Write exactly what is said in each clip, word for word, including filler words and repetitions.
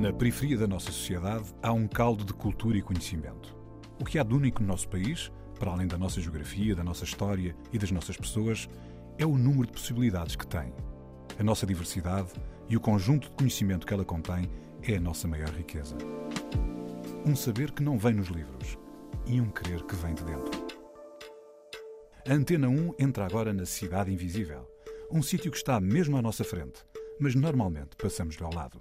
Na periferia da nossa sociedade há um caldo de cultura e conhecimento. O que há de único no nosso país, para além da nossa geografia, da nossa história e das nossas pessoas, é o número de possibilidades que tem. A nossa diversidade e o conjunto de conhecimento que ela contém é a nossa maior riqueza. Um saber que não vem nos livros e um querer que vem de dentro. A Antena um entra agora na Cidade Invisível, um sítio que está mesmo à nossa frente, mas normalmente passamos-lhe ao lado.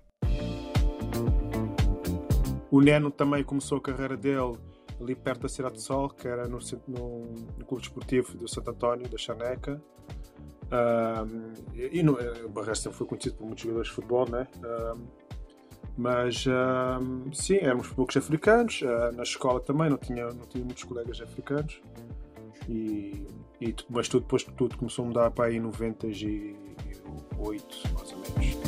O Neno também começou a carreira dele ali perto da Cidade de Sol, que era no, no, no Clube Desportivo do Santo António, da Chaneca. Um, e no, o Barreiros sempre foi conhecido por muitos jogadores de futebol, né? Um, mas um, sim, éramos poucos africanos. Uh, na escola também não tinha, não tinha muitos colegas africanos. E, e, mas tudo, depois tudo começou a mudar para aí em noventa e oito, mais ou menos.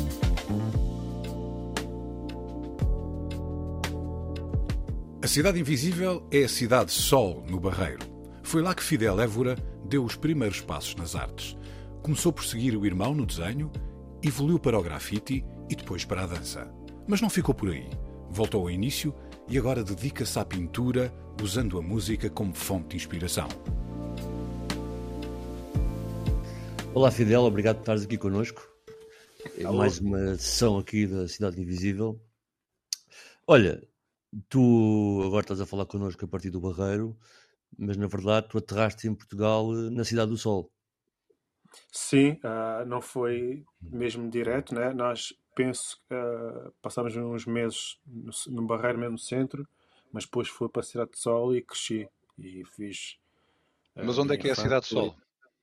A Cidade Invisível é a Cidade Sol, no Barreiro. Foi lá que Fidel Évora deu os primeiros passos nas artes. Começou por seguir o irmão no desenho, evoluiu para o grafite e depois para a dança. Mas não ficou por aí. Voltou ao início e agora dedica-se à pintura, usando a música como fonte de inspiração. Olá Fidel, obrigado por estares aqui connosco. É mais uma sessão aqui da Cidade Invisível. Olha, tu agora estás a falar connosco a partir do Barreiro, mas na verdade tu aterraste em Portugal na Cidade do Sol. Sim, uh, não foi mesmo direto, né? Nós penso que uh, passámos uns meses no, no Barreiro, mesmo no centro, mas depois fui para a Cidade do Sol e cresci e fiz. Uh, mas onde é que é a Cidade do Sol?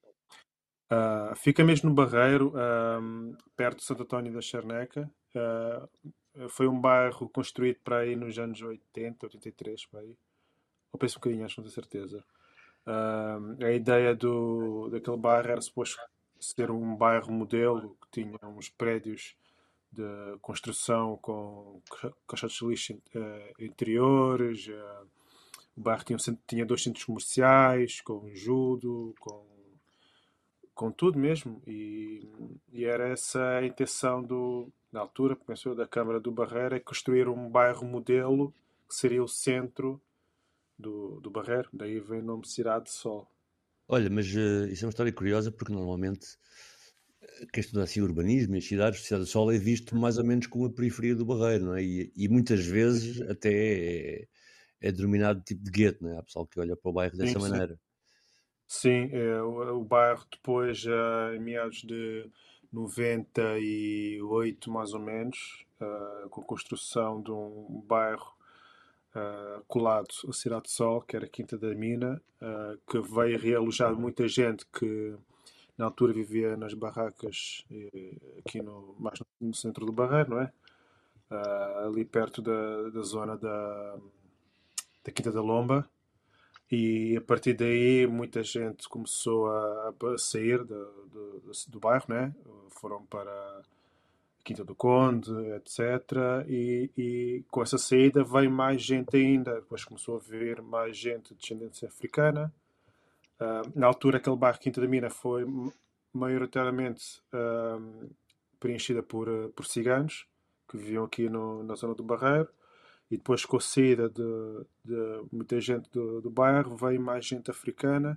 Uh, fica mesmo no Barreiro, um, perto de Santo António da Charneca. Uh, foi um bairro construído para aí nos anos oitenta, oitenta e três, para aí. Ou penso um bocadinho, acho, não tenho certeza. Uh, a ideia do, daquele bairro era suposto ser um bairro modelo que tinha uns prédios de construção com caixotes de lixo uh, interiores. Uh, o bairro tinha, um, tinha dois centros comerciais, com judo, com, com tudo mesmo. E, e era essa a intenção do, na altura, penso eu, da Câmara do Barreiro, é construir um bairro modelo que seria o centro Do, do Barreiro, daí vem o nome Cidade de Sol. Olha, mas uh, isso é uma história curiosa porque normalmente uh, quem estuda assim urbanismo e as cidades, a Cidade do Sol é visto mais ou menos como a periferia do Barreiro, não é? E, e muitas vezes até é, é denominado tipo de gueto, não é? Há pessoal que olha para o bairro dessa sim, maneira. Sim, sim é, o, o bairro depois, já em meados de noventa e oito mais ou menos, uh, com a construção de um bairro Uh, colado à Cidade de Sol, que era a Quinta da Mina, uh, que veio realojar muita gente que na altura vivia nas barracas uh, aqui no, mais no centro do Barreiro, não é? Uh, ali perto da, da zona da, da Quinta da Lomba. E a partir daí muita gente começou a, a sair do, do, do bairro, né? Foram para Quinta do Conde, etcétera. E, e com essa saída veio mais gente ainda. Depois começou a vir mais gente de descendência africana. Uh, na altura, aquele bairro Quinta da Mina foi maioritariamente uh, preenchida por, uh, por ciganos que viviam aqui no, na zona do Barreiro. E depois, com a saída de, de muita gente do, do bairro, veio mais gente africana.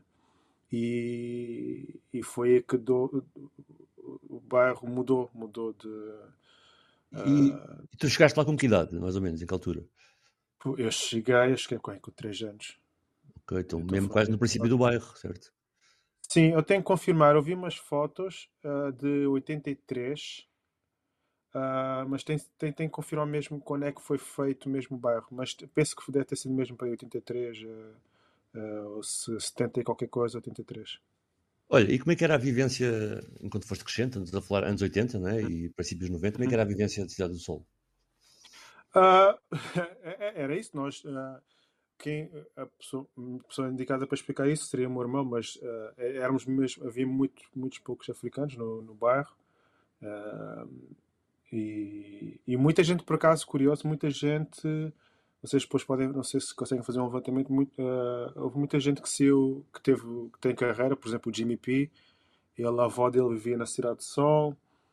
E, e foi aí que do, o bairro mudou, mudou de... E, Uh, e tu chegaste lá com que idade, mais ou menos, em que altura? eu cheguei, eu cheguei com três anos. Ok, então Então mesmo foi... quase no princípio do bairro, certo? Sim, eu tenho que confirmar, eu vi umas fotos uh, de oitenta e três, uh, mas tem, tem, tem que confirmar mesmo quando é que foi feito mesmo o bairro, mas penso que deve ter sido mesmo para oitenta e três, uh, uh, ou setenta e qualquer coisa, oitenta e três. Olha, e como é que era a vivência, enquanto foste crescendo, estamos a falar anos oitenta, né? E princípios noventa, como é que era a vivência da Cidade do Sol? Uh, era isso, nós... Uh, quem a pessoa, a pessoa indicada para explicar isso seria o meu irmão, mas uh, éramos mesmo, havia muito, muitos poucos africanos no, no bairro, uh, e, e muita gente, por acaso, curioso, muita gente, vocês depois podem, não sei se conseguem fazer um levantamento, muito, uh, houve muita gente que saiu, que teve, que tem carreira, por exemplo o Jimmy P, ele, a avó dele vivia na Cidade de Sol,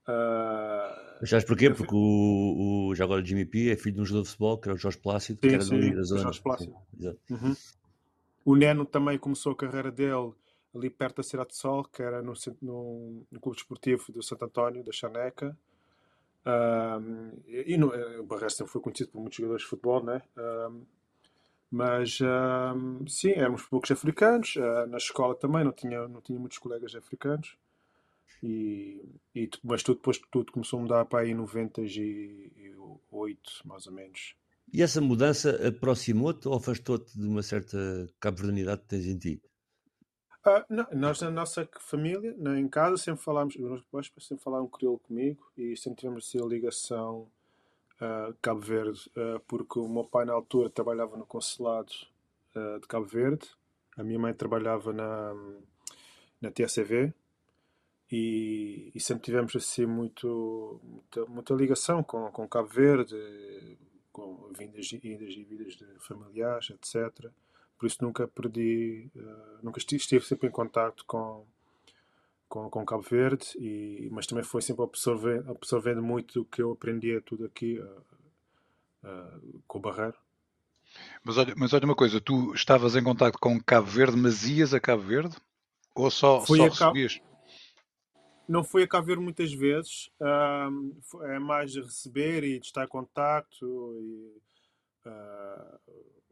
Uh, Mas sabes porquê? Porque o, o, já agora o Jimmy P é filho de um jogador de futebol, que era o Jorge Plácido, sim, que era sim, dali da o zona. Jorge Plácido. Sim, uhum. O Neno também começou a carreira dele ali perto da Cidade de Sol, que era no, no, no Clube Desportivo do Santo António, da Chaneca. Um, e no, o Barreiros sempre foi conhecido por muitos jogadores de futebol, né? Um, mas um, sim, éramos poucos africanos. Uh, na escola também não tinha, não tinha muitos colegas africanos. E, e, mas tudo, depois tudo começou a mudar para aí em noventa e oito, mais ou menos. E essa mudança aproximou-te ou afastou-te de uma certa cabo-verdianidade que tens em ti? Ah, não, nós na nossa família, em casa, sempre falámos, os meus pais sempre falaram crioulo comigo e sempre tivemos assim a ligação uh, Cabo Verde, uh, porque o meu pai na altura trabalhava no consulado uh, de Cabo Verde, a minha mãe trabalhava na, na T S V e, e sempre tivemos assim muito, muita, muita ligação com, com Cabo Verde, com vindas, indas e vidas de familiares, etcétera. Por isso nunca perdi, uh, nunca estive, estive sempre em contato com, com, com Cabo Verde, e, mas também foi sempre absorvendo, absorvendo muito o que eu aprendia tudo aqui uh, uh, com o Barreiro. Mas olha, mas olha uma coisa, tu estavas em contato com Cabo Verde, mas ias a Cabo Verde? Ou só, Fui só a Cabo, recebias? não fui a Cabo Verde muitas vezes, uh, é mais receber e de estar em contacto e uh,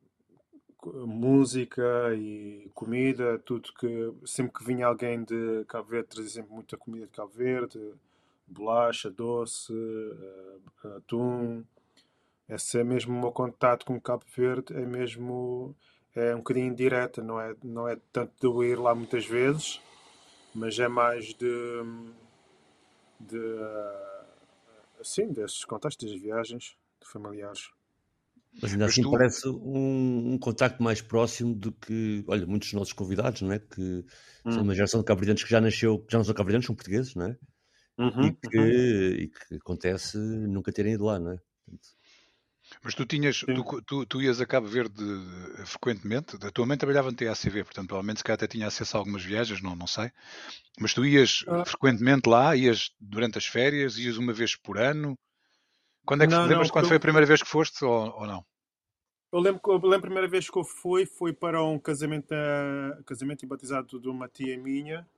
música e comida, tudo que sempre que vinha alguém de Cabo Verde trazia sempre muita comida de Cabo Verde, bolacha, doce, uh, atum. Esse é mesmo o meu contato com Cabo Verde, é mesmo é um bocadinho indireta, não é, não é tanto de eu ir lá muitas vezes, mas é mais de, de assim, desses contactos, das viagens de familiares. Mas ainda Mas assim tu- parece um, um contacto mais próximo do que, olha, muitos dos nossos convidados, não é? Que são uma geração de cabo-verdianos que já nasceu, que já não são cabo-verdianos, são portugueses, não é? Uhum, E que, uhum. e que acontece nunca terem ido lá, não é? Portanto, Mas tu tinhas, Sim. tu, tu, tu ias a Cabo Verde eh, frequentemente? A tua mãe trabalhava no T A C V, portanto, provavelmente se calhar até tinha acesso a algumas viagens, não, não sei. Mas tu ias Ah, frequentemente lá, ias durante as férias, ias uma vez por ano? Quando é que não, lembras não, de quando eu, foi a primeira vez que foste ou, ou não? eu lembro que eu lembro a primeira vez que eu fui, foi para um casamento, uh, casamento e batizado de uma tia minha.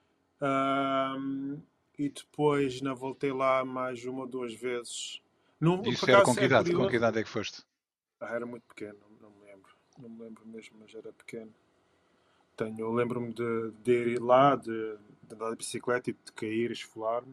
Um, e depois não voltei lá mais uma ou duas vezes. Não, E por isso era com acaso que é idade? Com que curioso. idade é que foste? Ah, era muito pequeno, não, não me lembro. Não me lembro mesmo, mas era pequeno. Tenho, eu lembro-me de, de ir lá, de, de andar de bicicleta e de cair, esfolar-me.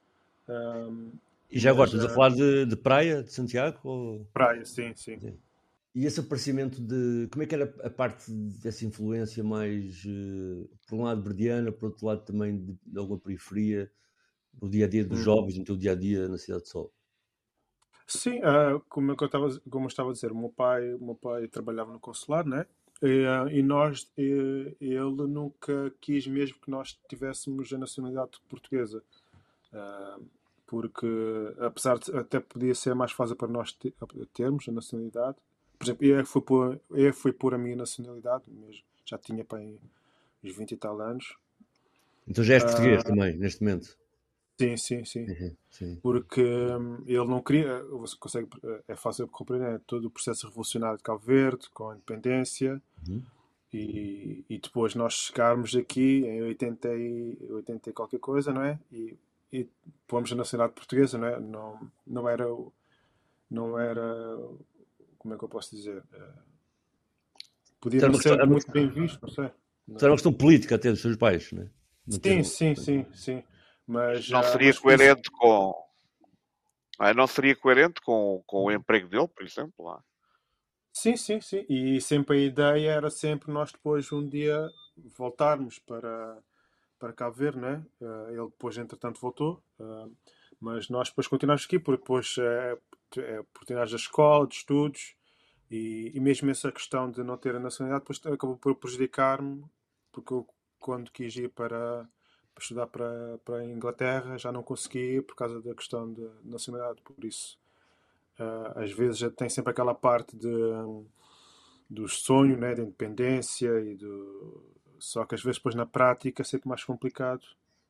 Um, e já agora, mas estamos a uh, falar de, de praia, de Santiago? Ou... praia, sim, sim. E esse aparecimento de. Como é que era a parte dessa influência mais, uh, por um lado, verdiana, por outro lado, também de, de alguma periferia, no dia a dia dos Hum. jovens, no teu dia a dia na Cidade de Sol? Sim, uh, como, eu estava, como eu estava a dizer, o meu pai, o meu pai trabalhava no consulado, né? E, uh, e nós, e, ele nunca quis mesmo que nós tivéssemos a nacionalidade portuguesa. Uh, porque, apesar de até podia ser mais fácil para nós te, termos a nacionalidade, por exemplo, eu fui por, eu fui por a minha nacionalidade, mesmo, já tinha para aí uns vinte e tal anos. Então já és português Uh, também, neste momento? sim, sim, sim. Uhum, sim. Porque hum, ele não queria, você consegue, é fácil de compreender, todo o processo revolucionário de Cabo Verde, com a independência, Uhum. e, e depois nós chegarmos aqui em oitenta e, oitenta e qualquer coisa, não é? E, e pomos a nacionalidade portuguesa, não é? Não, não era, não era, como é que eu posso dizer? Uh, podia Era não uma questão, ser era uma, muito bem visto, não sei. era uma questão política até dos seus pais, não é? Não Sim, ter... sim, sim, sim. Mas, Não uh, seria mas por isso, coerente com. Ah, não seria coerente com, com o emprego dele, por exemplo. Lá. sim, sim, sim. E sempre a ideia era sempre nós depois um dia voltarmos para, para Cabo Verde, né? Uh, ele depois, entretanto, voltou. Uh, mas nós depois continuamos aqui, porque depois é, é oportunidades da escola, de estudos, e, e mesmo essa questão de não ter a nacionalidade depois acabou por prejudicar-me, porque eu, quando quis ir para, para estudar para, para a Inglaterra, já não consegui ir por causa da questão da nacionalidade. Por isso, uh, às vezes já tem sempre aquela parte de, um, do sonho, né, da independência, e do... só que às vezes depois na prática é sempre mais complicado,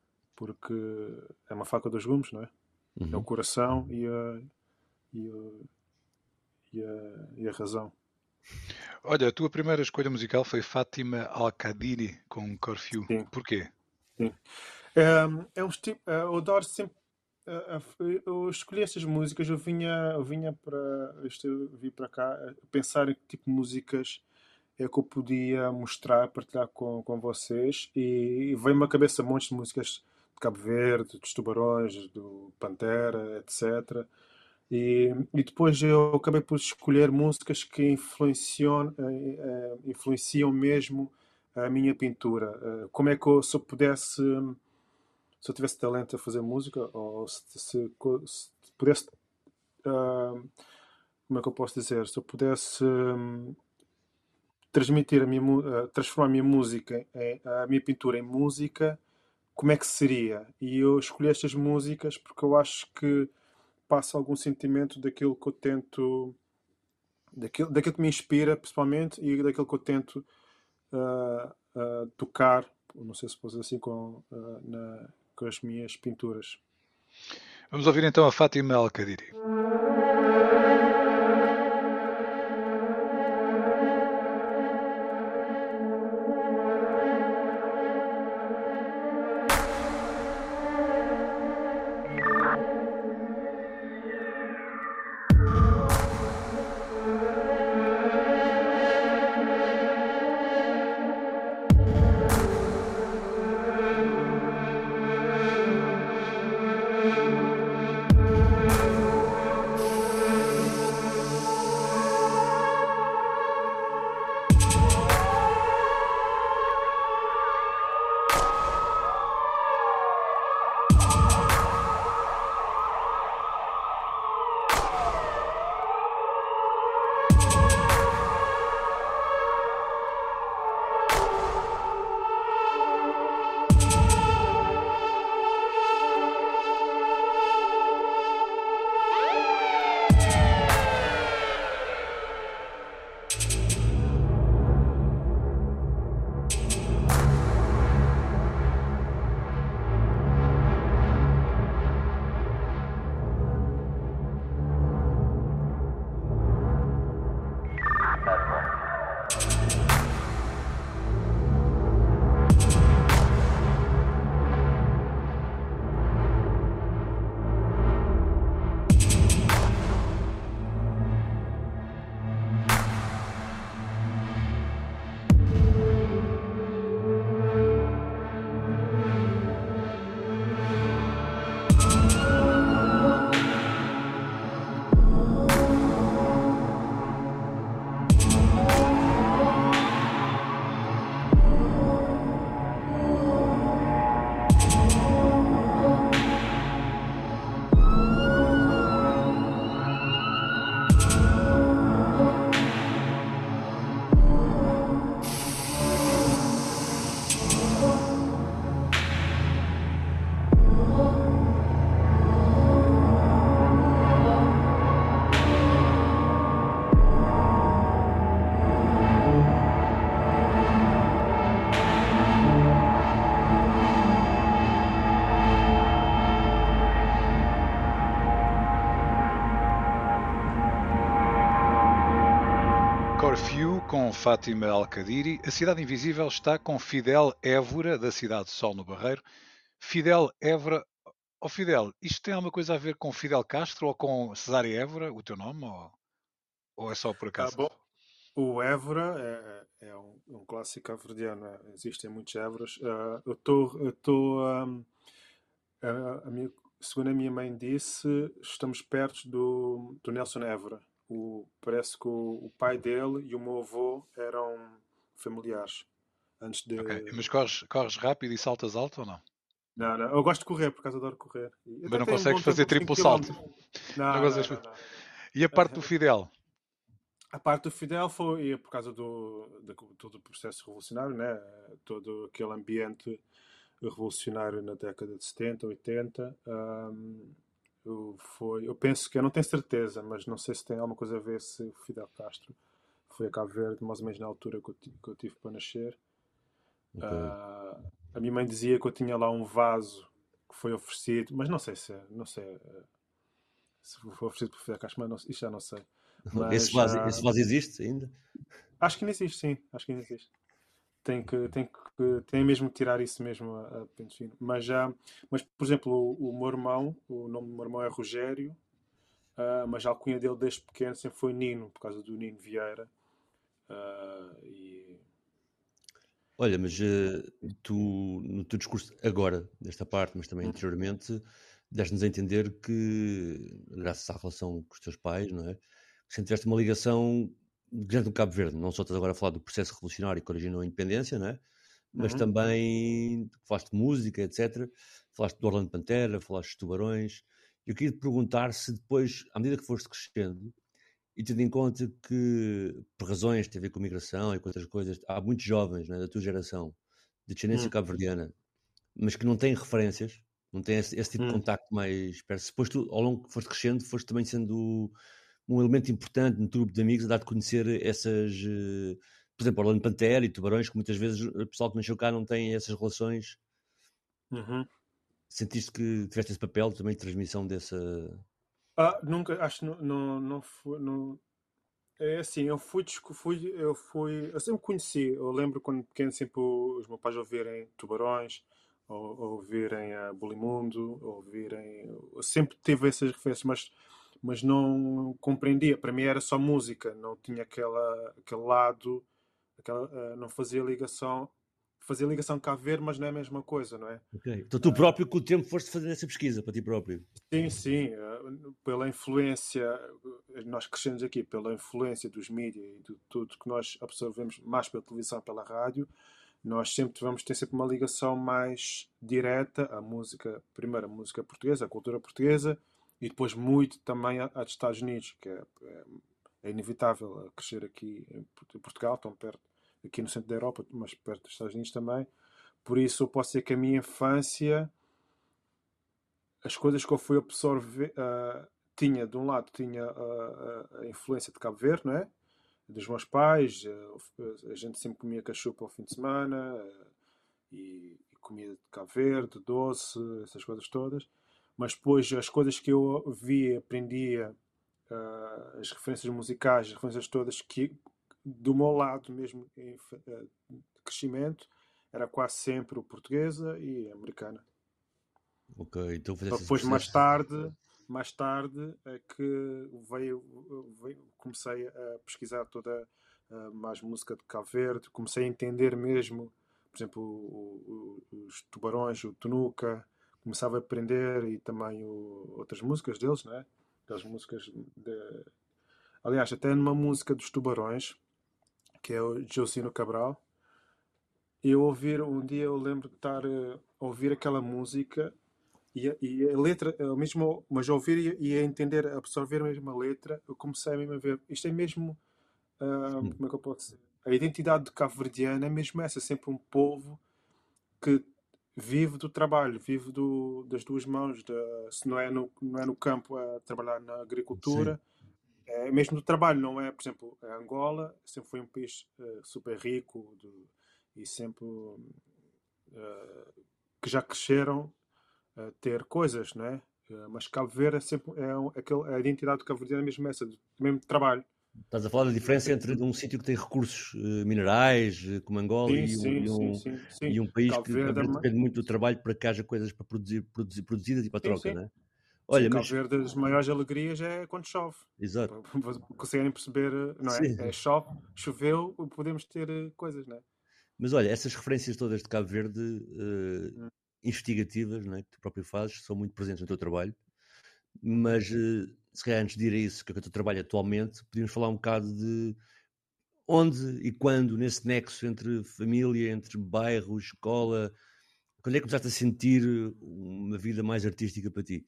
porque é uma faca dos gumes, não é? Uhum. É o coração e a, e a, e a, e a razão. Olha, a tua primeira escolha musical foi Fátima Al-Qadiri com Curfew. Sim. Porquê? Sim. É, é um tipo, eu adoro sempre. Eu escolhi estas músicas, eu vinha, eu vinha para, eu vim para cá a pensar em que tipo de músicas é que eu podia mostrar, partilhar com, com vocês, e veio-me à cabeça montes de músicas de Cabo Verde, dos Tubarões, do Pantera, etcétera. E, e depois eu acabei por escolher músicas que influenciam, eh, eh, influenciam mesmo a minha pintura. Eh, como é que eu, se eu pudesse, se eu tivesse talento a fazer música, ou se, se, se pudesse, ah, como é que eu posso dizer, se eu pudesse hum, transmitir a minha, mu- ah, transformar a minha música, em, a minha pintura em música, como é que seria? E eu escolhi estas músicas porque eu acho que passa algum sentimento daquilo que eu tento, daquilo, daquilo que me inspira pessoalmente e daquilo que eu tento ah, ah, tocar, não sei se posso dizer assim, com, ah, na- com as minhas pinturas. Vamos ouvir então a Fátima Al-Qadiri. Curfew com Fátima Al-Qadiri. A Cidade Invisível está com Fidel Évora, da Cidade de Sol no Barreiro. Fidel Évora. Ó Fidel, isto tem alguma coisa a ver com Fidel Castro ou com Cesária Évora, o teu nome? Ou, ou é só por Ah, acaso? bom, o Évora é, é um, um clássico cabo-verdiano. é. Existem muitos Évoras. Ah, eu estou. Eu estou ahm, a, a minha, segundo a minha mãe disse, estamos perto do, do Nelson Évora. O, parece que o, o pai dele e o meu avô eram familiares. Antes de. Ok, mas corres, corres rápido e saltas alto ou não? Não, não. Eu gosto de correr, por acaso adoro correr. E Mas até não tenho um consegues bom tempo fazer uns cinco triplo salto. quilómetros. Não Não, não, consegues... não, não. E a parte do Fidel? A parte do Fidel foi por causa do, de todo o processo revolucionário, né? Todo aquele ambiente revolucionário na década de setenta, oitenta. Um, eu, foi, eu penso que, eu não tenho certeza, mas não sei se tem alguma coisa a ver se o Fidel Castro foi a Cabo Verde, mais ou menos na altura que eu, que eu tive para nascer. Ok. Uh, a minha mãe dizia que eu tinha lá um vaso que foi oferecido, mas não sei se, não sei eh, se foi oferecido por Fidel Castro, mas não, isso já não sei. Mas Esse vaso, já, esse vaso existe ainda? acho que ainda existe, sim, acho que ainda existe. Tem que, tem que, tem mesmo que tirar isso mesmo a, a pente fino. Mas já, mas por exemplo, o, o meu irmão, o nome do meu irmão é Rogério, uh, mas a alcunha dele desde pequeno sempre foi Nino, por causa do Nino Vieira. Uh, e... Olha, mas uh, tu, no teu discurso agora, nesta parte, mas também Hum. anteriormente, deste-nos a entender que, graças à relação com os teus pais, não é? Que sempre tiveste uma ligação grande no Cabo Verde. Não só estás agora a falar do processo revolucionário que originou a independência, não é? Mas Uhum. também falaste de música, etcétera. Falaste do Orlando Pantera, falaste de Tubarões. Eu queria te perguntar se depois, à medida que foste crescendo, e tendo em conta que, por razões que têm a ver com migração e com outras coisas, há muitos jovens, né, da tua geração, de descendência Hum. cabo-verdiana, mas que não têm referências, não têm esse, esse tipo de Hum. contacto mais perto. Depois tu, ao longo que foste crescendo, foste também sendo um elemento importante no teu grupo de amigos a dar-te a conhecer essas, uh, por exemplo, Orlando Pantera e Tubarões, que muitas vezes o pessoal que nasceu cá não tem essas relações. Uhum. Sentiste que tiveste esse papel também de transmissão dessa... Ah, nunca, acho que não, não, não foi. Não... É assim, eu fui, fui, eu fui, eu sempre conheci, eu lembro quando pequeno sempre os meus pais ouvirem Tubarões, ou, ou ouvirem a Bulimundo, ou ouvirem, eu sempre tive essas referências, mas, mas não compreendia, para mim era só música, não tinha aquela, aquele lado, aquela, uh, não fazia ligação, fazia ligação com Cabo Verde, mas não é a mesma coisa, não é? Okay. Então tu próprio com o tempo foste fazer essa pesquisa para ti próprio? Sim, sim, pela influência, nós crescemos aqui pela influência dos mídias e de tudo que nós absorvemos mais pela televisão, pela rádio, nós sempre vamos ter sempre uma ligação mais direta à música, primeiro a música portuguesa, a cultura portuguesa, e depois muito também a, a dos Estados Unidos, que é, é, é inevitável crescer aqui em Portugal, tão perto, aqui no centro da Europa, mas perto dos Estados Unidos também. Por isso eu posso dizer que a minha infância, as coisas que eu fui absorver, uh, tinha, de um lado, tinha uh, a influência de Cabo Verde, não é? Dos meus pais, uh, a gente sempre comia cachupa ao fim de semana, uh, e, e comida de Cabo Verde, doce, essas coisas todas. Mas depois as coisas que eu via, aprendia, uh, as referências musicais, as referências todas, que do meu lado mesmo em, uh, de crescimento, era quase sempre o portuguesa e a americana. Ok, então Só depois, mais tarde, mais tarde é que veio, veio, comecei a pesquisar toda uh, mais música de Cabo Verde, comecei a entender mesmo, por exemplo, o, o, os Tubarões, o Tunuca, começava a aprender, e também o, outras músicas deles, né? Aquelas músicas de... Aliás, até numa música dos Tubarões, que é o Josino Cabral, eu ouvir, um dia eu lembro de estar a ouvir aquela música. E a, e a letra, mesmo, mas a ouvir e a entender, a absorver mesmo a letra, eu comecei mesmo a ver. Isto é mesmo, uh, como é que eu posso dizer? A identidade de cabo-verdiana é mesmo essa, sempre um povo que vive do trabalho, vive do, das duas mãos, de, se não é, no, não é no campo a trabalhar na agricultura, sim, é mesmo do trabalho, não é? Por exemplo, a Angola sempre foi um país uh, super rico de, e sempre uh, que já cresceram a ter coisas, não é? Mas Cabo Verde é sempre é um, aquele, a identidade do Cabo Verde é mesmo essa, do mesmo trabalho. Estás a falar da diferença entre um sítio que tem recursos uh, minerais, uh, como Angola, sim, e, um, sim, e, um, sim, sim, sim. e um país Cabo que Verde é... depende muito do trabalho para que haja coisas para produzir, produzir produzidas e para a troca, sim, sim. não é? Olha, sim, mas... Cabo Verde, as maiores alegrias é quando chove. Exato. Conseguem perceber, não é? Sim. É chove, choveu, podemos ter coisas, não é? Mas olha, essas referências todas de Cabo Verde, uh, hum. investigativas, não é? Que tu próprio fazes, são muito presentes no teu trabalho. Mas, uh, se calhar, antes de ir a isso, que é o que eu trabalho atualmente, podíamos falar um bocado de onde e quando, nesse nexo entre família, entre bairro, escola, quando é que começaste a sentir uma vida mais artística para ti?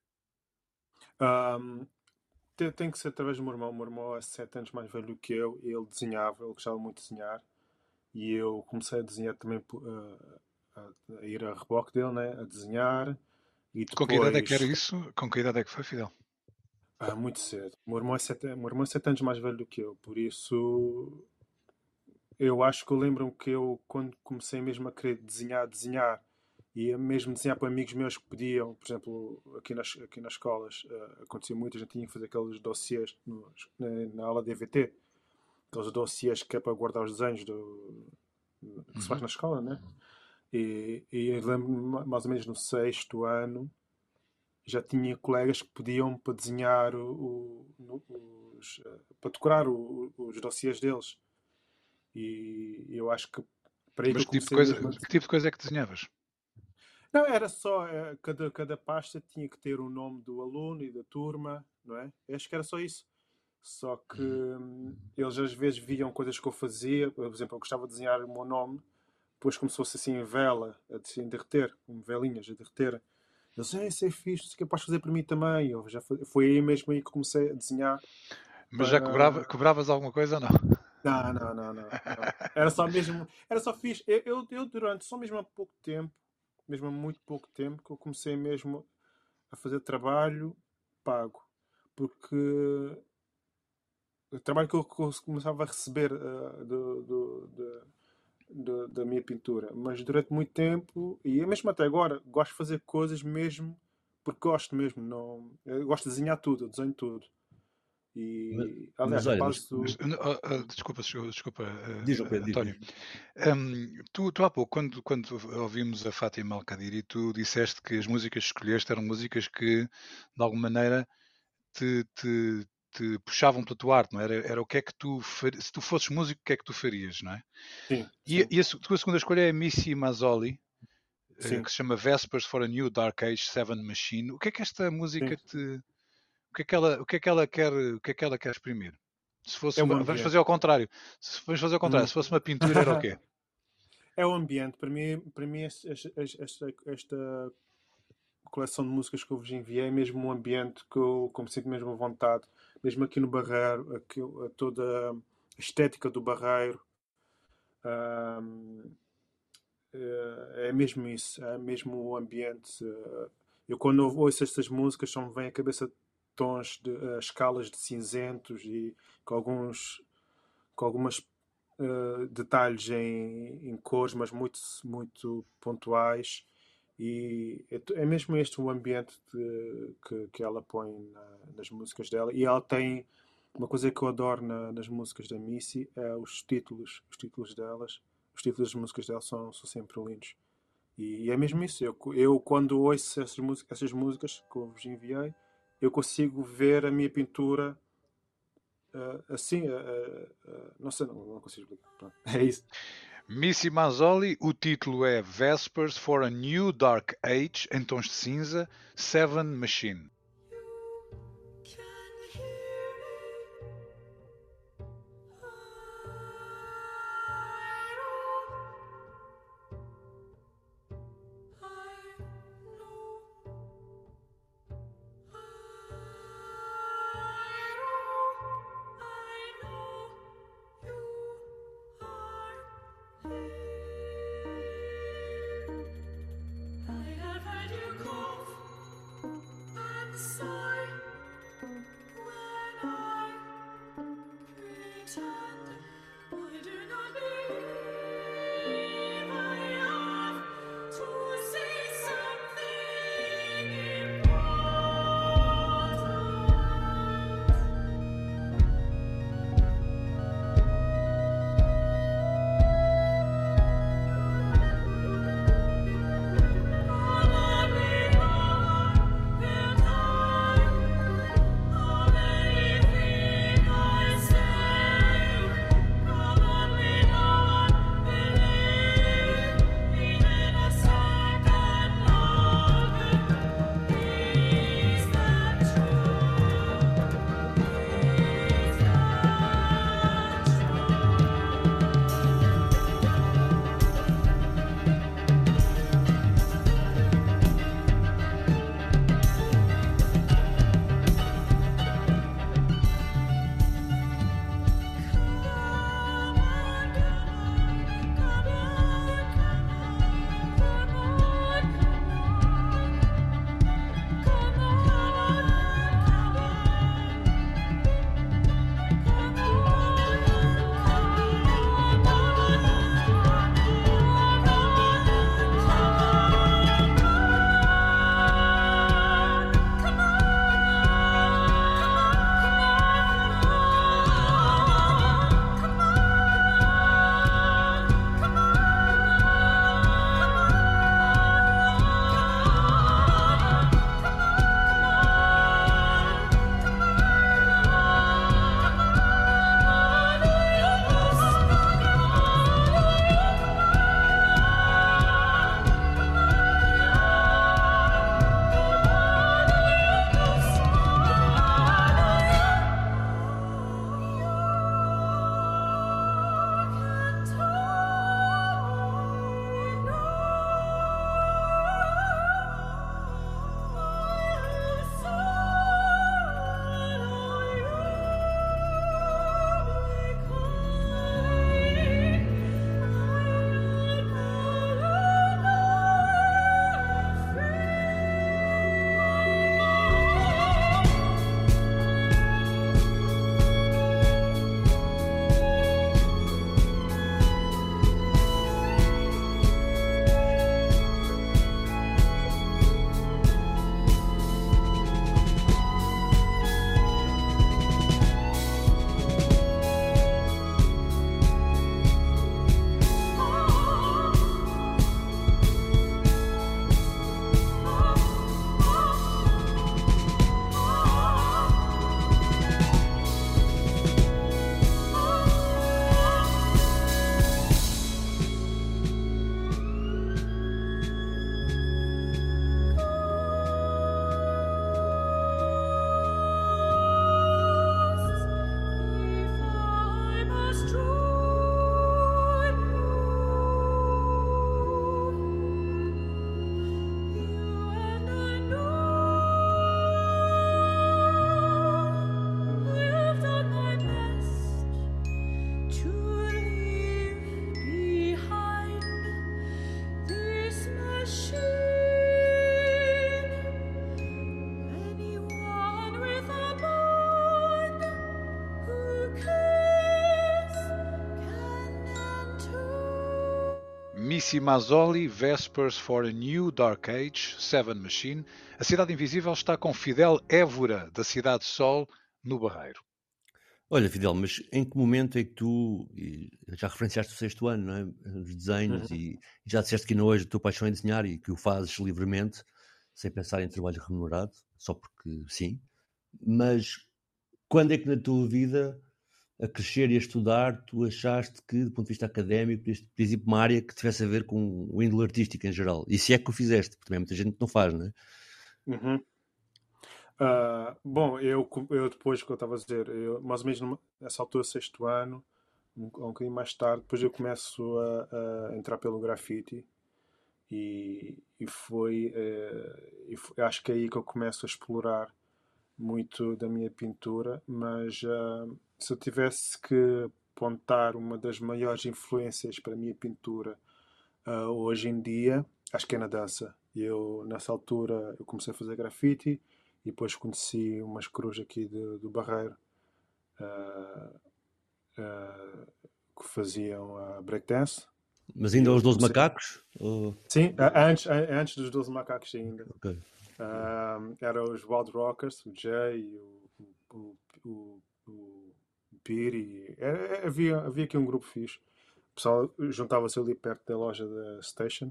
Um, tem, tem que ser através do meu irmão. O meu irmão é sete anos mais velho que eu, e ele desenhava, ele gostava muito de desenhar, e eu comecei a desenhar também, uh, a, a ir a reboque dele, né? A desenhar. E depois... Com que idade é que era isso? Com que idade é que foi, Fidel? Ah, muito cedo. O meu irmão é sete, o meu irmão é sete anos mais velho do que eu, por isso eu acho que eu lembro-me que eu, quando comecei mesmo a querer desenhar, desenhar, E mesmo desenhar para amigos meus que pediam, por exemplo, aqui nas, aqui nas escolas, uh, acontecia muito, a gente tinha que fazer aqueles dossiês nos, na, na aula de D V T, aqueles dossiês que é para guardar os desenhos do, que se faz na escola, né? E, e eu lembro-me, mais ou menos no sexto ano, já tinha colegas que pediam para desenhar o, o, os, para decorar o, os dossiês deles. E eu acho que para aí Mas que eu que tipo, de comecei coisa, mesmo a... que tipo de coisa é que desenhavas? Não, era só, é, cada, cada pasta tinha que ter o nome do aluno e da turma, não é? Eu acho que era só isso. Só que hum, eles às vezes viam coisas que eu fazia, por exemplo, eu gostava de desenhar o meu nome, depois como se fosse assim em vela, a assim, derreter, como velinhas a derreter. Eles, é, isso é fixe, isso que podes fazer para mim também. Eu já, foi aí mesmo aí que comecei a desenhar. Mas já cobrava, Para... cobravas alguma coisa ou não? Não, não, não, não, não. Era só mesmo, era só fixe. Eu, eu, eu durante só mesmo há pouco tempo, mesmo há muito pouco tempo, que eu comecei mesmo a fazer trabalho pago. Porque o trabalho que eu começava a receber uh, do, do, do, do, da minha pintura. Mas durante muito tempo, e mesmo até agora, gosto de fazer coisas mesmo porque gosto mesmo. Não, eu gosto de desenhar tudo, eu desenho tudo. Mas, E, mas aliás, a olha, base mas, do... Mas, uh, uh, desculpa, desculpa, diz, João uh, Pedro, diz, António. diz. Um, tu, tu há pouco, quando, quando ouvimos a Fátima Al-Kadiri, tu disseste que as músicas que escolheste eram músicas que, de alguma maneira, te, te, te puxavam pela tua arte, não era? Era o que é que tu, far... se tu fosses músico, o que é que tu farias, não é? Sim, E, sim, e a tua segunda escolha é Missy Mazzoli, uh, sim, que se chama Vespers for a New Dark Age Seven Machine. O que é que esta música sim. te... O que é que ela, o que é que ela quer, o que é que ela quer exprimir? Se fosse É o uma, vamos fazer ambiente. ao contrário. Se vamos fazer ao contrário, Hum. se fosse uma pintura era o quê? É o ambiente. Para mim, para mim esta, esta, esta coleção de músicas que eu vos enviei é mesmo um ambiente que eu como sinto mesmo à vontade. Mesmo aqui no Barreiro, aqui, toda a estética do Barreiro. Um, é mesmo isso, é mesmo o ambiente. Eu quando ouço estas músicas só me vem à cabeça tons de uh, escalas de cinzentos e com alguns com algumas uh, detalhes em, em cores, mas muito muito pontuais. E é, é mesmo este o ambiente de, que, que ela põe na, nas músicas dela. E ela tem uma coisa que eu adoro na, nas músicas da Missy é os títulos, os títulos delas. Os títulos das músicas dela são, são sempre lindos. E, e é mesmo isso. Eu, eu quando ouço essas músicas, essas músicas que eu vos enviei, eu consigo ver a minha pintura uh, assim. Uh, uh, uh, não sei, não, não consigo explicar. Pronto, é isso. Missy Mazzoli, o título é Vespers for a New Dark Age, em tons de cinza, Seven Machine. Alice Mazzoli, Vespers for a New Dark Age, Seven Machine. A Cidade Invisível está com Fidel Évora, da Cidade Sol, no Barreiro. Olha, Fidel, mas em que momento é que tu, já referenciaste o sexto ano, não é? Os desenhos, uhum. e já disseste que ainda hoje a tua paixão é desenhar e que o fazes livremente, sem pensar em trabalho remunerado, só porque sim. Mas quando é que na tua vida, a crescer e a estudar, tu achaste que, do ponto de vista académico, podias ir para uma área que tivesse a ver com o índole artístico em geral? E se é que o fizeste, porque também muita gente não faz, não é? Uhum. Uh, bom, eu, eu depois, que eu estava a dizer, eu, mais ou menos numa, nessa altura, sexto ano, um, um bocadinho mais tarde, depois eu começo a, a entrar pelo grafite e, e foi, uh, e foi, acho que é aí que eu começo a explorar muito da minha pintura, mas uh, se eu tivesse que apontar uma das maiores influências para a minha pintura uh, hoje em dia, acho que é na dança. Eu, nessa altura, eu comecei a fazer grafite e depois conheci umas cruz aqui de, do Barreiro uh, uh, que faziam uh, breakdance. Mas ainda os doze comecei... macacos? Ou... Sim, antes, antes dos doze macacos ainda. Okay. Uh, eram os Wild Rockers, o Jay e o, o, o, o Piri. Era, havia, havia aqui um grupo fixe. O pessoal juntava-se ali perto da loja da Station.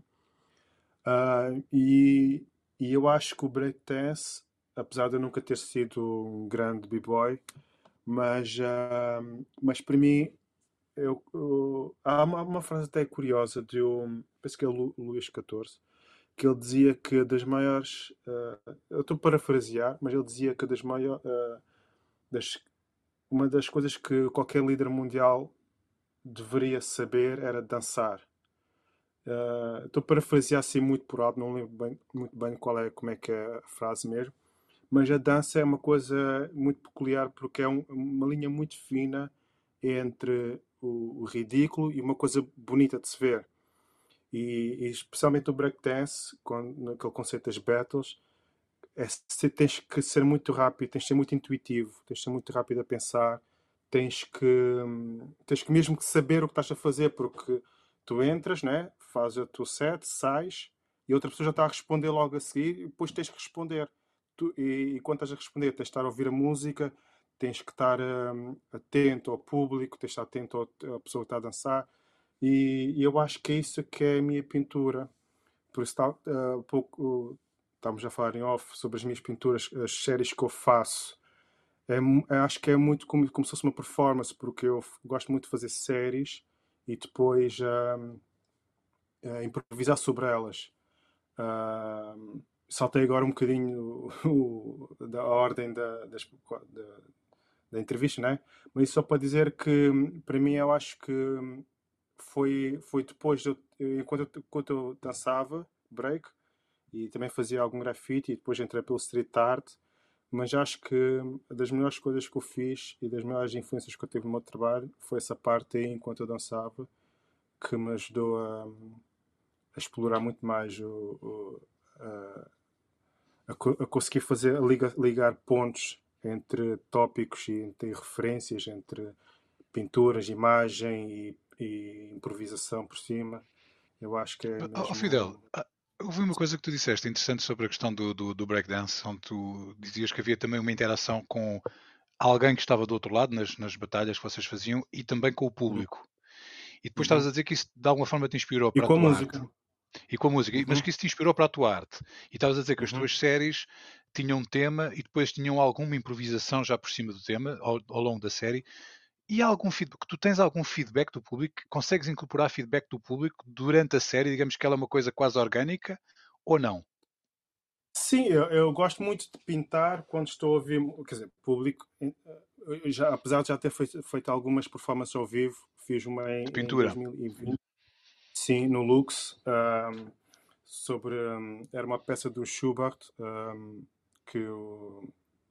Uh, e, e eu acho que o breakdance, apesar de eu nunca ter sido um grande b-boy, mas, uh, mas para mim, eu, eu, há uma, uma frase até curiosa de um, penso que é o Lu, Luís catorze, que ele dizia que das maiores, uh, eu estou a parafrasear, mas ele dizia que das maiores, uh, das, uma das coisas que qualquer líder mundial deveria saber era dançar. Uh, estou a parafrasear assim muito por alto, não lembro bem, muito bem qual é, como é que é a frase mesmo, mas a dança é uma coisa muito peculiar porque é um, uma linha muito fina entre o, o ridículo e uma coisa bonita de se ver. E, e especialmente o breakdance, naquele conceito das battles, é, tens que ser muito rápido, tens que ser muito intuitivo, tens que ser muito rápido a pensar, tens que, tens que mesmo que saber o que estás a fazer, porque tu entras, né, fazes o teu set, sais, e outra pessoa já está a responder logo a seguir, e depois tens que responder. Tu, e, e quando estás a responder, tens de estar a ouvir a música, tens que estar um, atento ao público, tens de estar atento à pessoa que está a dançar. E, e eu acho que é isso que é a minha pintura. Por isso, tá, uh, pouco, uh, estamos a falar em off sobre as minhas pinturas, as séries que eu faço. É, acho que é muito como, como se fosse uma performance, porque eu gosto muito de fazer séries e depois uh, uh, improvisar sobre elas. Uh, saltei agora um bocadinho o, o, da ordem da, das, da, da entrevista, né? Mas isso só para dizer que, para mim, eu acho que foi, foi depois, de eu, enquanto, eu, enquanto eu dançava break e também fazia algum grafite e depois entrei pelo street art, mas acho que das melhores coisas que eu fiz e das melhores influências que eu tive no meu trabalho foi essa parte aí enquanto eu dançava que me ajudou a, a explorar muito mais o, o, a, a, a conseguir fazer, a ligar, ligar pontos entre tópicos e entre referências, entre pinturas, imagem e, e improvisação por cima. Eu acho que é mesmo... Oh, Fidel, houve uma coisa que tu disseste interessante sobre a questão do, do, do breakdance, onde tu dizias que havia também uma interação com alguém que estava do outro lado nas, nas batalhas que vocês faziam e também com o público. E depois Uhum. estavas a dizer que isso de alguma forma te inspirou e para com a tua a música. arte. E com a música. Uhum. Mas que isso te inspirou para a tua arte. E estavas a dizer que as Uhum. tuas séries tinham um tema e depois tinham alguma improvisação já por cima do tema, ao, ao longo da série. E há algum feedback? Tu tens algum feedback do público? Consegues incorporar feedback do público durante a série? Digamos que ela é uma coisa quase orgânica ou não? Sim, eu, eu gosto muito de pintar quando estou a ouvir, quer dizer, público. Já, apesar de já ter feito, feito algumas performances ao vivo, fiz uma em, De pintura. em dois mil e vinte, sim, no Lux, um, sobre, um, era uma peça do Schubert, um, que o,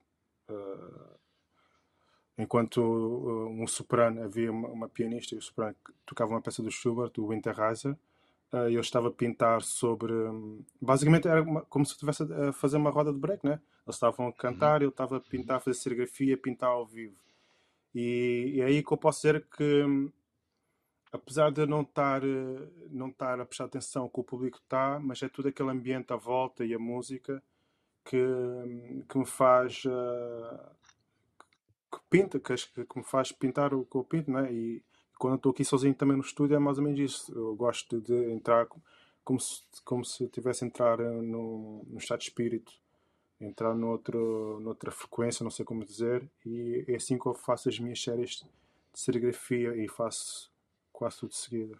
uh, enquanto uh, um soprano, havia uma, uma pianista e o soprano que tocava uma peça do Schubert, o Winterreise. Uh, eu estava a pintar sobre... Um, basicamente era uma, como se eu estivesse a fazer uma roda de break, né? Eles estavam a cantar, uhum. Eu estava a pintar, a fazer serigrafia, a pintar ao vivo. E, e é aí que eu posso dizer que, apesar de eu não estar, eh, não estar a prestar atenção que o público está, mas é tudo aquele ambiente à volta e a música que, que me faz eh, que pinta, que, acho que que me faz pintar o que eu pinto, né? E quando eu estou aqui sozinho também no estúdio é mais ou menos isso. Eu gosto de entrar co- como se, como se eu tivesse a entrar eh, no, no estado de espírito, entrar noutro, noutra frequência, não sei como dizer, e é assim que eu faço as minhas séries de serigrafia e faço quase tudo de seguida.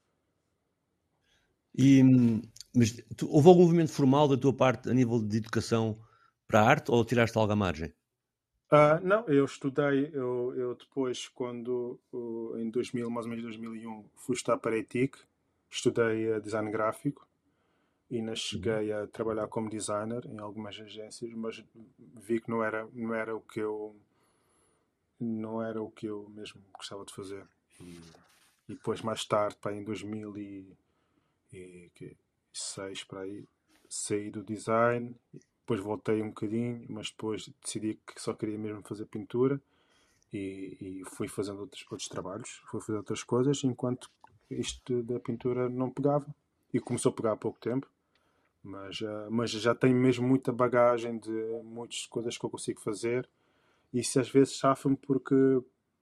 E, hum, mas tu- houve algum movimento formal da tua parte a nível de educação para a arte ou tiraste algo à margem? Ah, não, eu estudei, eu, eu depois, quando uh, em dois mil, mais ou menos dois mil e um, fui estudar para a E T I C, estudei uh, design gráfico e ainda Uhum. cheguei a trabalhar como designer em algumas agências, mas vi que não era, não era o que eu não era o que eu mesmo gostava de fazer. E, e depois, mais tarde, para em dois mil e seis, para aí, saí do design, depois voltei um bocadinho, mas depois decidi que só queria mesmo fazer pintura e, e fui fazendo outros, outros trabalhos, fui fazer outras coisas, enquanto isto da pintura não pegava. E começou a pegar há pouco tempo, mas, uh, mas já tenho mesmo muita bagagem de muitas coisas que eu consigo fazer. E isso às vezes safa-me porque, uh,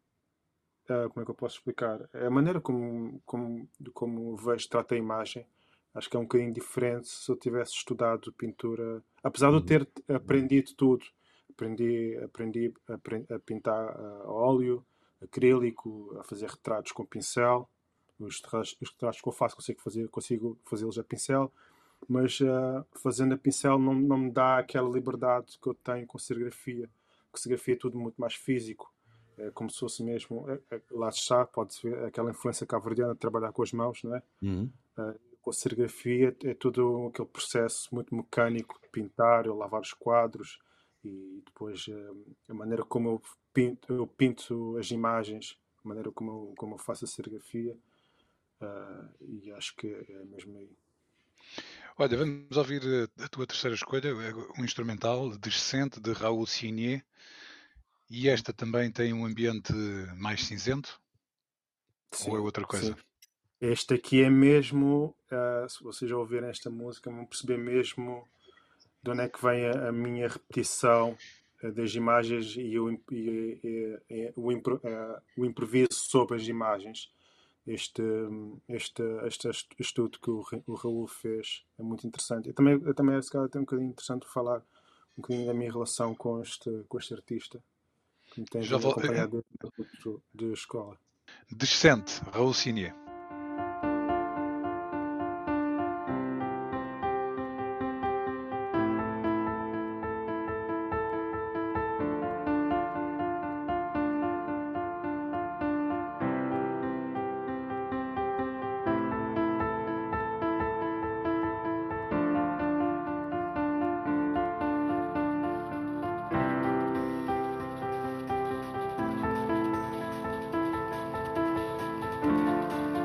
como é que eu posso explicar? A maneira como, como, como vejo, trato a imagem, acho que é um bocadinho diferente se eu tivesse estudado pintura. Apesar de eu Uhum. ter aprendido tudo, aprendi, aprendi a, a pintar a óleo, acrílico, a fazer retratos com pincel. Os retratos, os retratos que eu faço consigo fazer, consigo fazê-los a pincel, mas uh, fazendo a pincel não, não me dá aquela liberdade que eu tenho com serigrafia. Com serigrafia é tudo muito mais físico. É como se fosse mesmo, é, é, lá está, pode-se ver aquela influência cabo-verdiana de trabalhar com as mãos, não é? Uhum. Uh, com a serigrafia é tudo aquele processo muito mecânico de pintar, eu lavar os quadros e depois uh, a maneira como eu pinto, eu pinto as imagens, a maneira como eu, como eu faço a serigrafia, uh, e acho que é mesmo aí. Olha, vamos ouvir a tua terceira escolha, um instrumental Descente de Raul Signé. E esta também tem um ambiente mais cinzento? Sim, Ou é outra coisa? sim. Este aqui é mesmo, uh, se vocês já ouvirem esta música, vão perceber mesmo de onde é que vem a, a minha repetição uh, das imagens e, o, e, e, e o, impro, uh, o improviso sobre as imagens. Este, este, este estudo que o, o Raul fez é muito interessante. Eu também, eu também, se calhar, é um bocadinho interessante falar um bocadinho da minha relação com este, com este artista, que me tem Já vindo a vou... acompanhar desde o tempo de escola. Descente, Raul Signé. Thank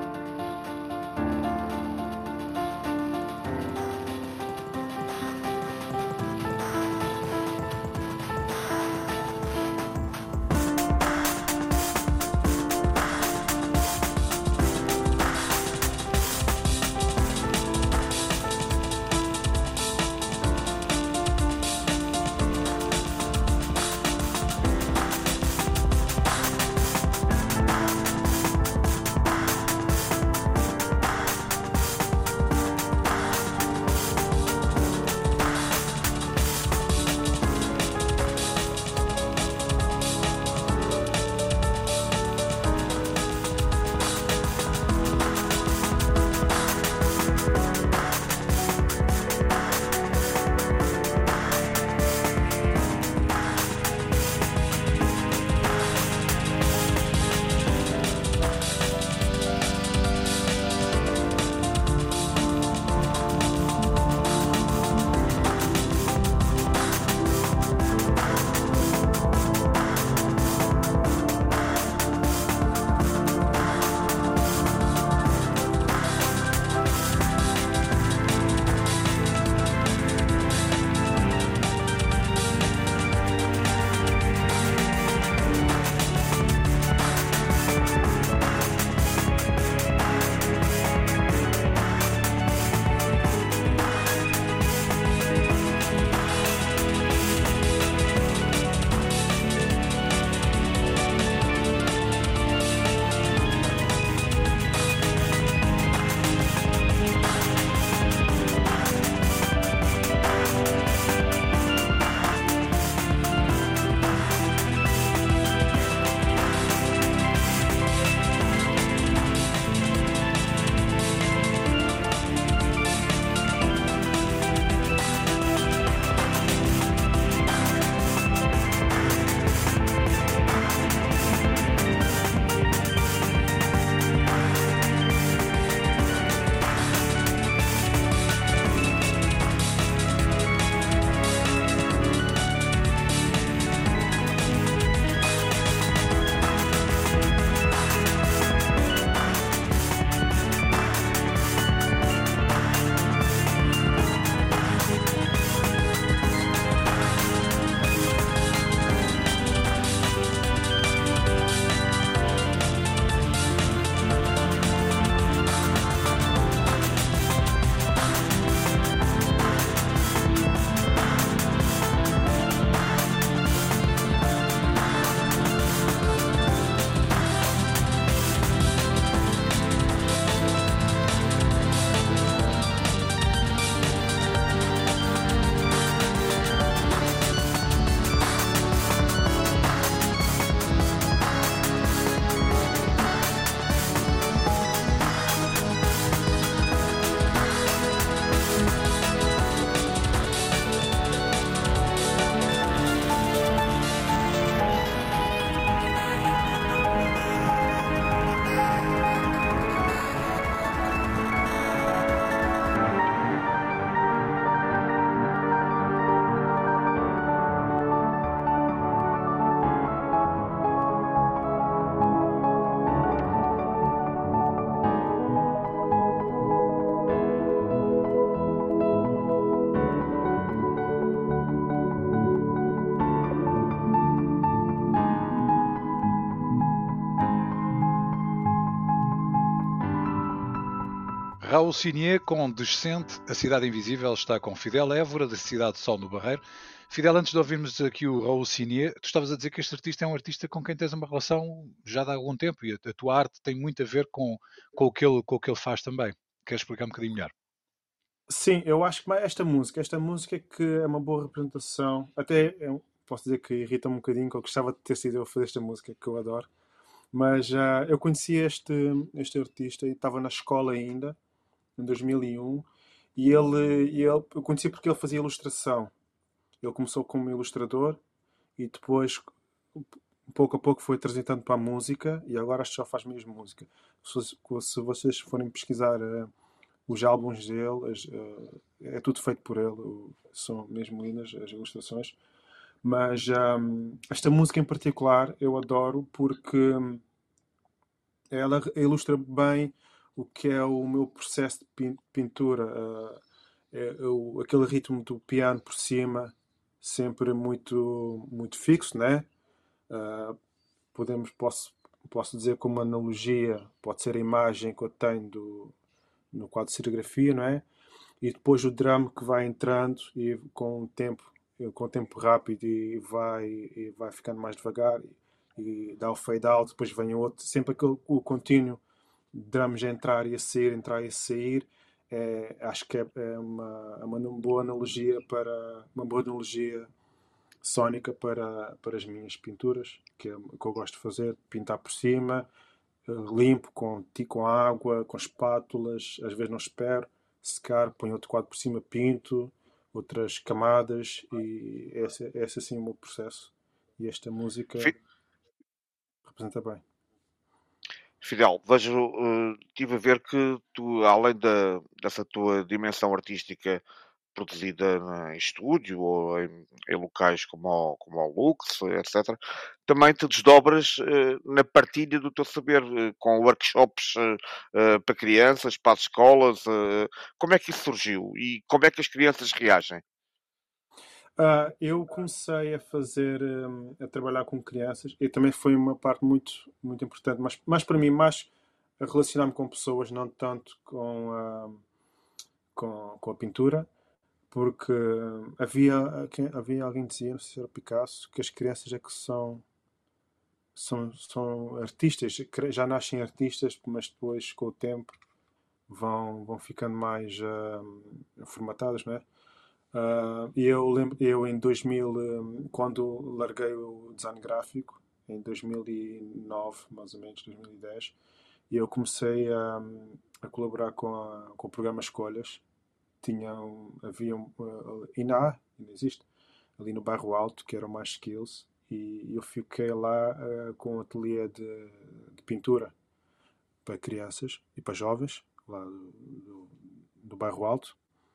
Raul Sinier com Descente, A Cidade Invisível está com Fidel Évora, da Cidade de Sol no Barreiro. Fidel, antes de ouvirmos aqui o Raul Sinier, tu estavas a dizer que este artista é um artista com quem tens uma relação já de há algum tempo e a, a tua arte tem muito a ver com, com, o que ele, com o que ele faz também. Queres explicar um bocadinho melhor? Sim, eu acho que mais esta música, esta música é que é uma boa representação. Até eu posso dizer que irrita-me um bocadinho, que eu gostava de ter sido eu a fazer esta música, que eu adoro. Mas uh, eu conheci este, este artista e estava na escola ainda, em dois mil e um, e ele, e ele, eu conheci porque ele fazia ilustração. Ele começou como ilustrador e depois, pouco a pouco, foi transitando para a música e agora acho que só faz mesmo música. Se, se vocês forem pesquisar uh, os álbuns dele, as, uh, é tudo feito por ele, são mesmo lindas as ilustrações. Mas um, esta música em particular eu adoro porque ela ilustra bem o que é o meu processo de pintura. Uh, é, eu, aquele ritmo do piano por cima, sempre muito, muito fixo, né? Uh, podemos, posso, posso dizer como analogia, pode ser a imagem que eu tenho do, no quadro de serigrafia, não é? E depois o drama que vai entrando e com o tempo, com o tempo rápido e vai, e vai ficando mais devagar e, e dá o fade out, depois vem outro, sempre aquele o contínuo drums a entrar e a sair, entrar e a sair. É, acho que é, é uma, uma boa analogia para uma boa analogia sónica para, para as minhas pinturas, que é o que eu gosto de fazer, pintar por cima, limpo com, com água, com espátulas, às vezes não espero, secar, ponho outro quadro por cima, pinto, outras camadas, e esse, esse assim é o meu processo. E esta música Fi- representa bem. Fidel, vejo, uh, tive a ver que tu, além da, dessa tua dimensão artística produzida na- em estúdio ou em, em locais como o, como o Lux, etcétera, também te desdobras uh, na partilha do teu saber, uh, com workshops uh, uh, para crianças, para as escolas. Uh, como é que isso surgiu e como é que as crianças reagem? Uh, eu comecei a fazer, um, a trabalhar com crianças e também foi uma parte muito, muito importante, mas mais para mim, mais a relacionar-me com pessoas, não tanto com a, com, com a pintura, porque havia, havia alguém que dizia, não sei se era Picasso, que as crianças é que são, são, são artistas, já nascem artistas, mas depois com o tempo vão, vão ficando mais uh, formatadas, não é? Uh, e eu lembro, eu em dois mil, um, quando larguei o design gráfico, em dois mil e nove, mais ou menos, dois mil e dez, e eu comecei a, a colaborar com, a, com o programa Escolhas. Tinha um, havia um, uh, ainda há, ainda existe, ali no Bairro Alto, que era o Mais Skills, e eu fiquei lá uh, com um ateliê de, de pintura para crianças e para jovens, lá do, do, do Bairro Alto.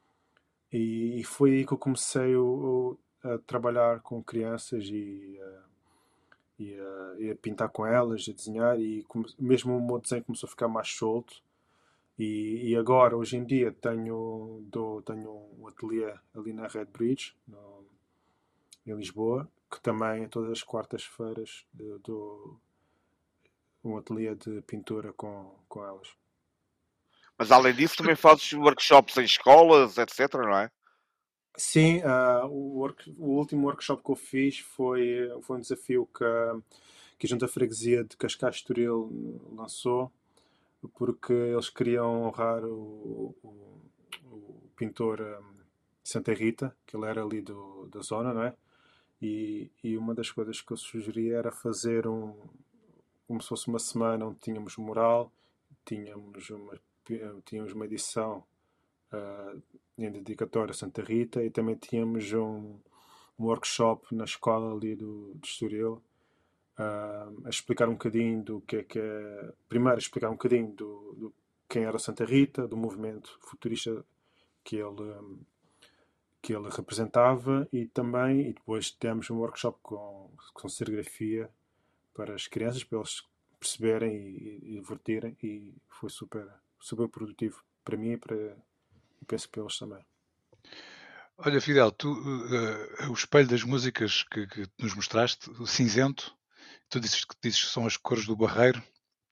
E, e foi aí que eu comecei o, o, a trabalhar com crianças e, uh, e, uh, e a pintar com elas, a desenhar, e come, mesmo o meu desenho começou a ficar mais solto. E, e agora, hoje em dia, tenho, dou, tenho um ateliê ali na Red Bridge, no, em Lisboa, que também todas as quartas-feiras dou um ateliê de pintura com, com elas. Mas além disso, também fazes workshops em escolas, etcétera, não é? Sim, uh, o, work, o último workshop que eu fiz foi, foi um desafio que, que a Junta Freguesia de Cascais Estoril lançou, porque eles queriam honrar o, o, o pintor um, Santa Rita, que ele era ali do, da zona, não é? E, e uma das coisas que eu sugeri era fazer um, como se fosse uma semana onde tínhamos mural, tínhamos uma, tínhamos uma edição uh, em dedicatória a Santa Rita e também tínhamos um, um workshop na escola ali do, do Estoril, uh, a explicar um bocadinho do que é que é, primeiro explicar um bocadinho do, do quem era Santa Rita, do movimento futurista que ele um, que ele representava, e também e depois temos um workshop com, com serigrafia para as crianças, para eles perceberem e, e divertirem, e foi super, super produtivo para mim e para, e penso para eles também. Olha, Fidel, tu, uh, o espelho das músicas que, que nos mostraste, o cinzento, tu dizes que, dizes que são as cores do Barreiro.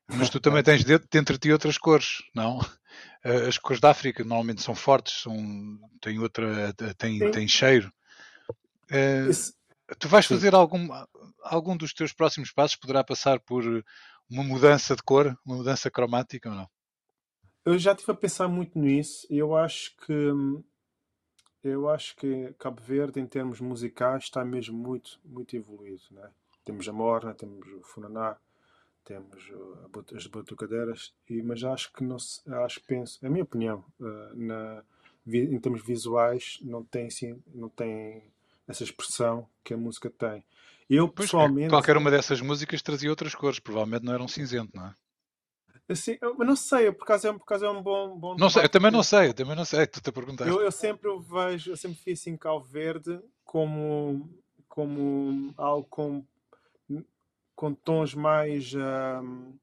Mas tu também tens dentro de ti outras cores, não? As cores da África normalmente são fortes, são, têm outra, têm, têm cheiro. Uh, Esse... Tu vais Sim. fazer algum, algum dos teus próximos passos poderá passar por uma mudança de cor, uma mudança cromática ou não? Eu já estive a pensar muito nisso e eu acho que eu acho que Cabo Verde, em termos musicais, está mesmo muito, muito evoluído, né? Temos a morna, temos o funaná, temos as batucadeiras, e, mas acho que não se, acho que penso, a minha opinião, na, em termos visuais, não tem assim, não tem essa expressão que a música tem. Eu pois pessoalmente, qualquer uma dessas músicas trazia outras cores, provavelmente não era um cinzento, não é? Assim, eu não sei, por causa é, por causa é um bom, bom não sei, eu também não sei, eu também não sei, tu te perguntaste. Eu, eu sempre vejo, eu sempre fiz assim Cabo Verde como, como algo com, com tons mais, um,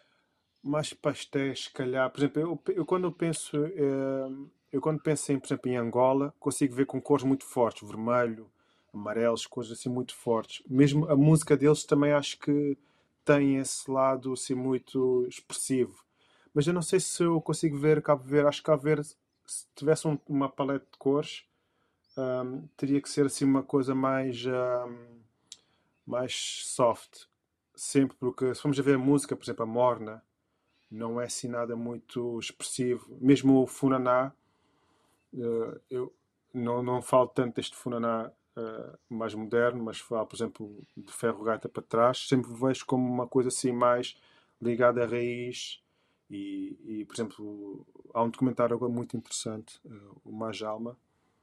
mais pastéis, se calhar. Por exemplo, eu, eu quando eu penso, um, eu quando penso em, por exemplo, em Angola, consigo ver com cores muito fortes, vermelho, amarelos, cores assim muito fortes. Mesmo a música deles também acho que tem esse lado assim muito expressivo. Mas eu não sei se eu consigo ver Cabo Verde. Acho que Cabo Verde, se tivesse um, uma paleta de cores, um, teria que ser assim uma coisa mais, um, mais soft. Sempre, porque se formos a ver a música, por exemplo, a morna, não é assim nada muito expressivo. Mesmo o funaná, uh, eu não, não falo tanto deste funaná Uh, mais moderno, mas falo, por exemplo, de ferro gaita para trás, sempre vejo como uma coisa assim mais ligada à raiz e, e por exemplo, há um documentário agora muito interessante, uh, o Majalma,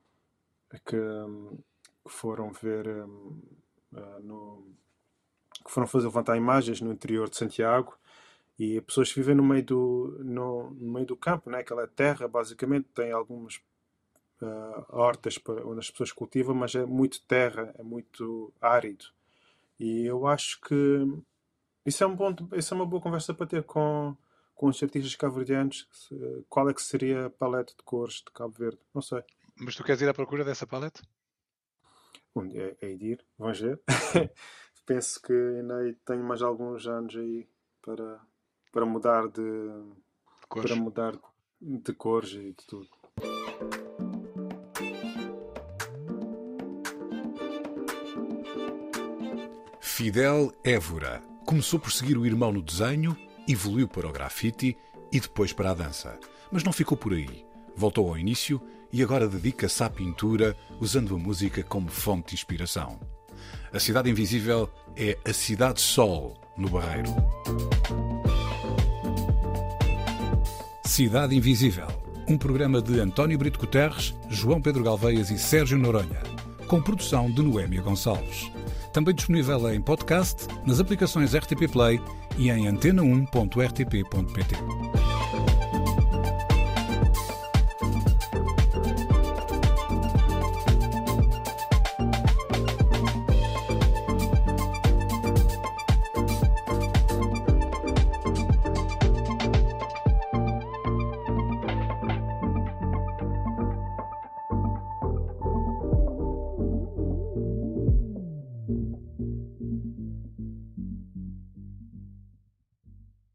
que, um, que foram ver um, uh, no, que foram fazer levantar imagens no interior de Santiago, e as pessoas vivem no meio do, no, no meio do campo, né? Aquela terra, basicamente, tem algumas Uh, hortas para, onde as pessoas cultivam, mas é muito terra, é muito árido. E eu acho que isso é, um bom, isso é uma boa conversa para ter com, com os artistas cabo-verdianos. Qual é que seria a paleta de cores de Cabo Verde? Não sei. Mas tu queres ir à procura dessa paleta? Um dia é, é de ir, vamos ver. Penso que ainda tenho mais alguns anos aí para, para mudar de, de cores. Para mudar de cores e de tudo. Fidel Évora começou por seguir o irmão no desenho, evoluiu para o grafite e depois para a dança. Mas não ficou por aí. Voltou ao início e agora dedica-se à pintura, usando a música como fonte de inspiração. A Cidade Invisível é a Cidade Sol, no Barreiro. Cidade Invisível, um programa de António Brito Guterres, João Pedro Galveias e Sérgio Noronha, com produção de Noémia Gonçalves. Também disponível em podcast, nas aplicações R T P Play e em antena um ponto r t p ponto p t.